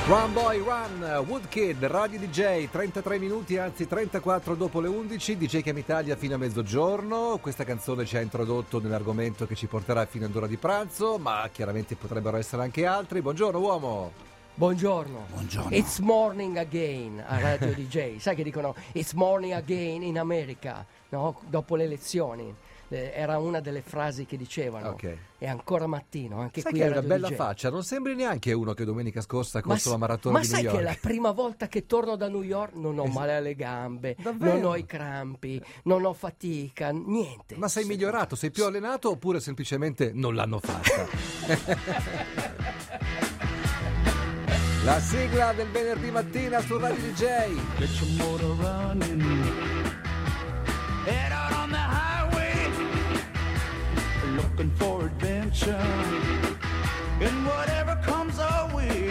Run Boy Run, Woodkid, Radio DJ, 33 minuti, anzi 34 dopo le 11, DJ Cam Italia fino a mezzogiorno. Questa canzone ci ha introdotto nell'argomento che ci porterà fino ad ora di pranzo, ma chiaramente potrebbero essere anche altri. Buongiorno uomo. Buongiorno. Buongiorno. It's morning again a Radio DJ. Sai che dicono it's morning again in America, no? Dopo le elezioni. Era una delle frasi che dicevano. Ok. È ancora mattino, anche Sai qui che a hai una Radio bella DJ. faccia, non sembri neanche uno che domenica scorsa ha corso la maratona di New Ma York. sai che la prima volta che torno da New York non ho male alle gambe, Davvero? non ho i crampi, non ho fatica, niente. Ma sei migliorato, sei più allenato oppure semplicemente non l'hanno fatta? La sigla del venerdì mattina su Radio DJ. Get your motor running. Head out on the highway. Looking for adventure. And whatever comes our way.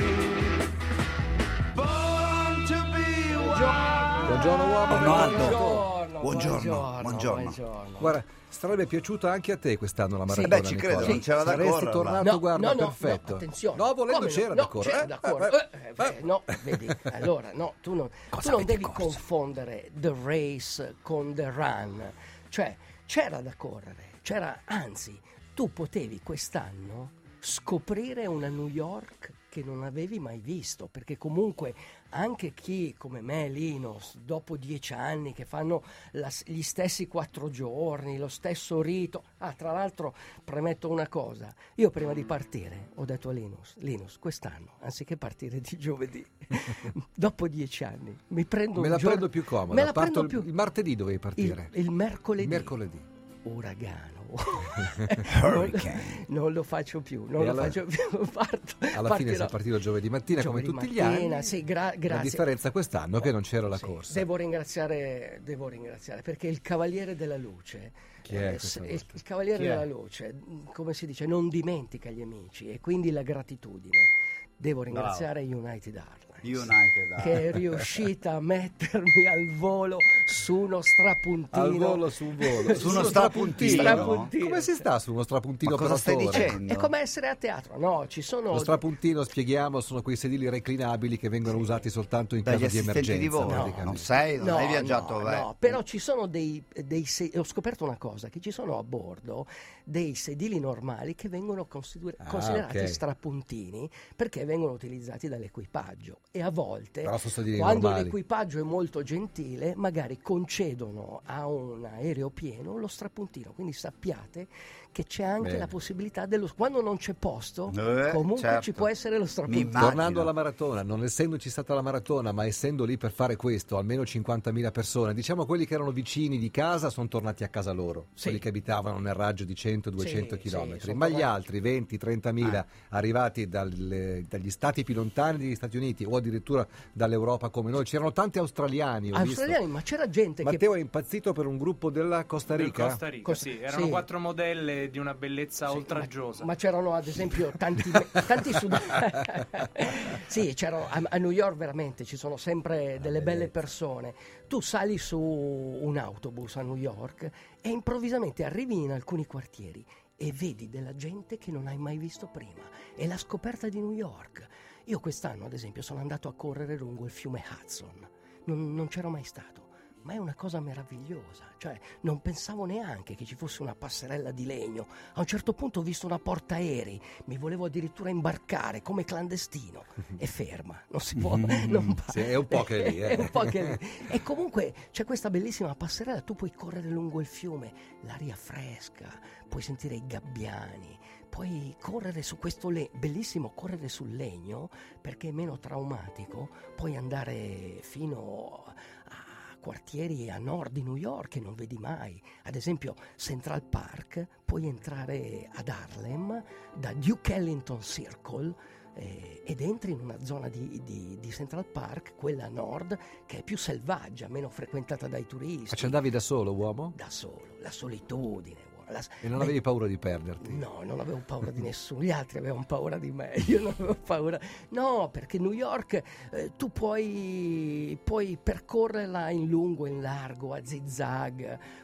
Born to be wild. Buongiorno uomo. Buongiorno. Buongiorno. Guarda, sarebbe piaciuta anche a te quest'anno la Sì. maratona. Beh, ci credo, Nicola. non c'era da Saresti correrla. tornato, guarda, perfetto. No, attenzione. No, volendo Come c'era no? da No, correre. c'era da correre. No, vedi, allora, no, tu non devi confondere the race con the run. Cioè, c'era da correre, anzi, tu potevi quest'anno scoprire una New York che non avevi mai visto, perché comunque anche chi come me, Linus, dopo 10 anni che fanno gli stessi 4 giorni, lo stesso rito. Tra l'altro premetto una cosa, io prima di partire ho detto a Linus, quest'anno, anziché partire di giovedì, dopo 10 anni, mi prendo Me un la giorno, prendo più comoda. me la Parto prendo più il martedì dovevi partire. il mercoledì. Il mercoledì. Uragano. Hurricane. Non lo faccio più, Alla fine sei partito giovedì mattina come tutti gli anni. Sì, grazie. La differenza quest'anno è che non c'era la Sì, corsa. devo ringraziare perché il Cavaliere della Luce, Chi è questa volta? il Cavaliere Chi è? della Luce, come si dice, non dimentica gli amici e quindi la gratitudine. Devo ringraziare United Airlines. Che è riuscita a mettermi al volo su uno strapuntino. Al volo su un volo. Su uno strapuntino? Strapuntino. Come si sta su uno strapuntino Ma cosa per stai 8 ore? dicendo? È come essere a teatro, no? Ci sono Lo strapuntino, spieghiamo, sono quei sedili reclinabili che vengono usati soltanto in Dagli caso di assistenti emergenza. di volo. praticamente. Non hai viaggiato, no, però ci sono ho scoperto una cosa, che ci sono a bordo dei sedili normali che vengono considerati ok. strapuntini perché vengono utilizzati dall'equipaggio e a volte Però sono sedili quando normali. l'equipaggio è molto gentile magari concedono a un aereo pieno lo strapuntino, quindi sappiate che c'è anche Bene. la possibilità quando non c'è posto comunque certo. ci può essere lo strapuntino. immagino. Tornando alla maratona, non essendoci stata la maratona, ma essendo lì per fare questo, almeno 50.000 persone, diciamo quelli che erano vicini di casa sono tornati a casa loro, Sì. quelli che abitavano nel raggio di 100-200 Sì, chilometri, sono ma gli tornati. altri 20-30.000 arrivati dagli stati più lontani degli Stati Uniti o addirittura dall'Europa come noi, c'erano tanti australiani, ho Australiani, ma c'era gente visto. che Matteo è impazzito per un gruppo della Costa Del Rica? Costa Rica, sì, erano sì. 4 modelle di una bellezza Sì, oltraggiosa. ma c'erano ad esempio tanti sì, c'erano a New York veramente ci sono sempre delle belle persone. Tu sali su un autobus a New York e improvvisamente arrivi in alcuni quartieri e vedi della gente che non hai mai visto prima. È la scoperta di New York. Io quest'anno ad esempio sono andato a correre lungo il fiume Hudson, non c'ero mai stato. Ma è una cosa meravigliosa, cioè non pensavo neanche che ci fosse una passerella di legno. A un certo punto ho visto una portaerei, mi volevo addirittura imbarcare come clandestino. È ferma, non si può, non va. Sì, è un po' che è lì, È un po' che è lì. E comunque c'è questa bellissima passerella, tu puoi correre lungo il fiume, l'aria fresca, puoi sentire i gabbiani, puoi correre su questo bellissimo correre sul legno perché è meno traumatico, puoi andare fino a quartieri a nord di New York che non vedi mai, ad esempio Central Park, puoi entrare ad Harlem da Duke Ellington Circle ed entri in una zona di Central Park, quella a nord, che è più selvaggia, meno frequentata dai turisti. Ma ci andavi da solo, uomo? Da solo, la solitudine. E non avevi paura di perderti? No, non avevo paura di nessuno, gli altri avevano paura di me, io non avevo paura. No, perché New York tu puoi percorrerla in lungo, in largo, a zigzag,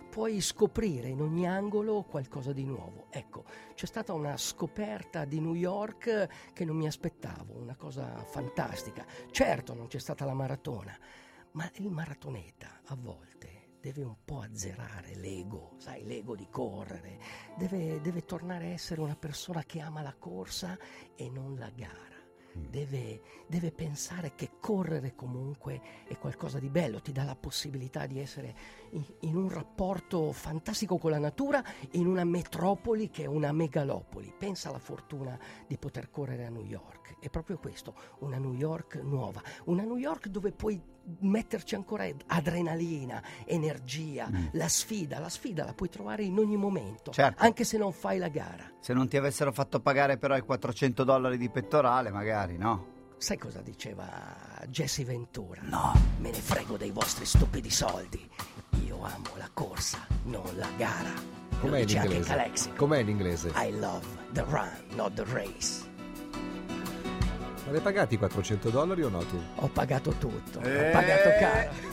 puoi scoprire in ogni angolo qualcosa di nuovo. Ecco, c'è stata una scoperta di New York che non mi aspettavo, una cosa fantastica. Certo, non c'è stata la maratona, ma il maratoneta a volte deve un po' azzerare l'ego, sai, l'ego di correre, deve tornare a essere una persona che ama la corsa e non la gara. Deve pensare che correre comunque è qualcosa di bello, ti dà la possibilità di essere in un rapporto fantastico con la natura, in una metropoli che è una megalopoli. Pensa alla fortuna di poter correre a New York, è proprio questo, una New York nuova, una New York dove puoi metterci ancora adrenalina, energia, la sfida la puoi trovare in ogni momento, certo. Anche se non fai la gara. Se non ti avessero fatto pagare però i $400 di pettorale, magari, no? Sai cosa diceva Jesse Ventura? No. Me ne frego dei vostri stupidi soldi. Io amo la corsa, non la gara. Com'è in inglese? Com'è in inglese? I love the run, not the race. Ma l'hai pagati i $400 o no tu? Ho pagato tutto, ho pagato caro.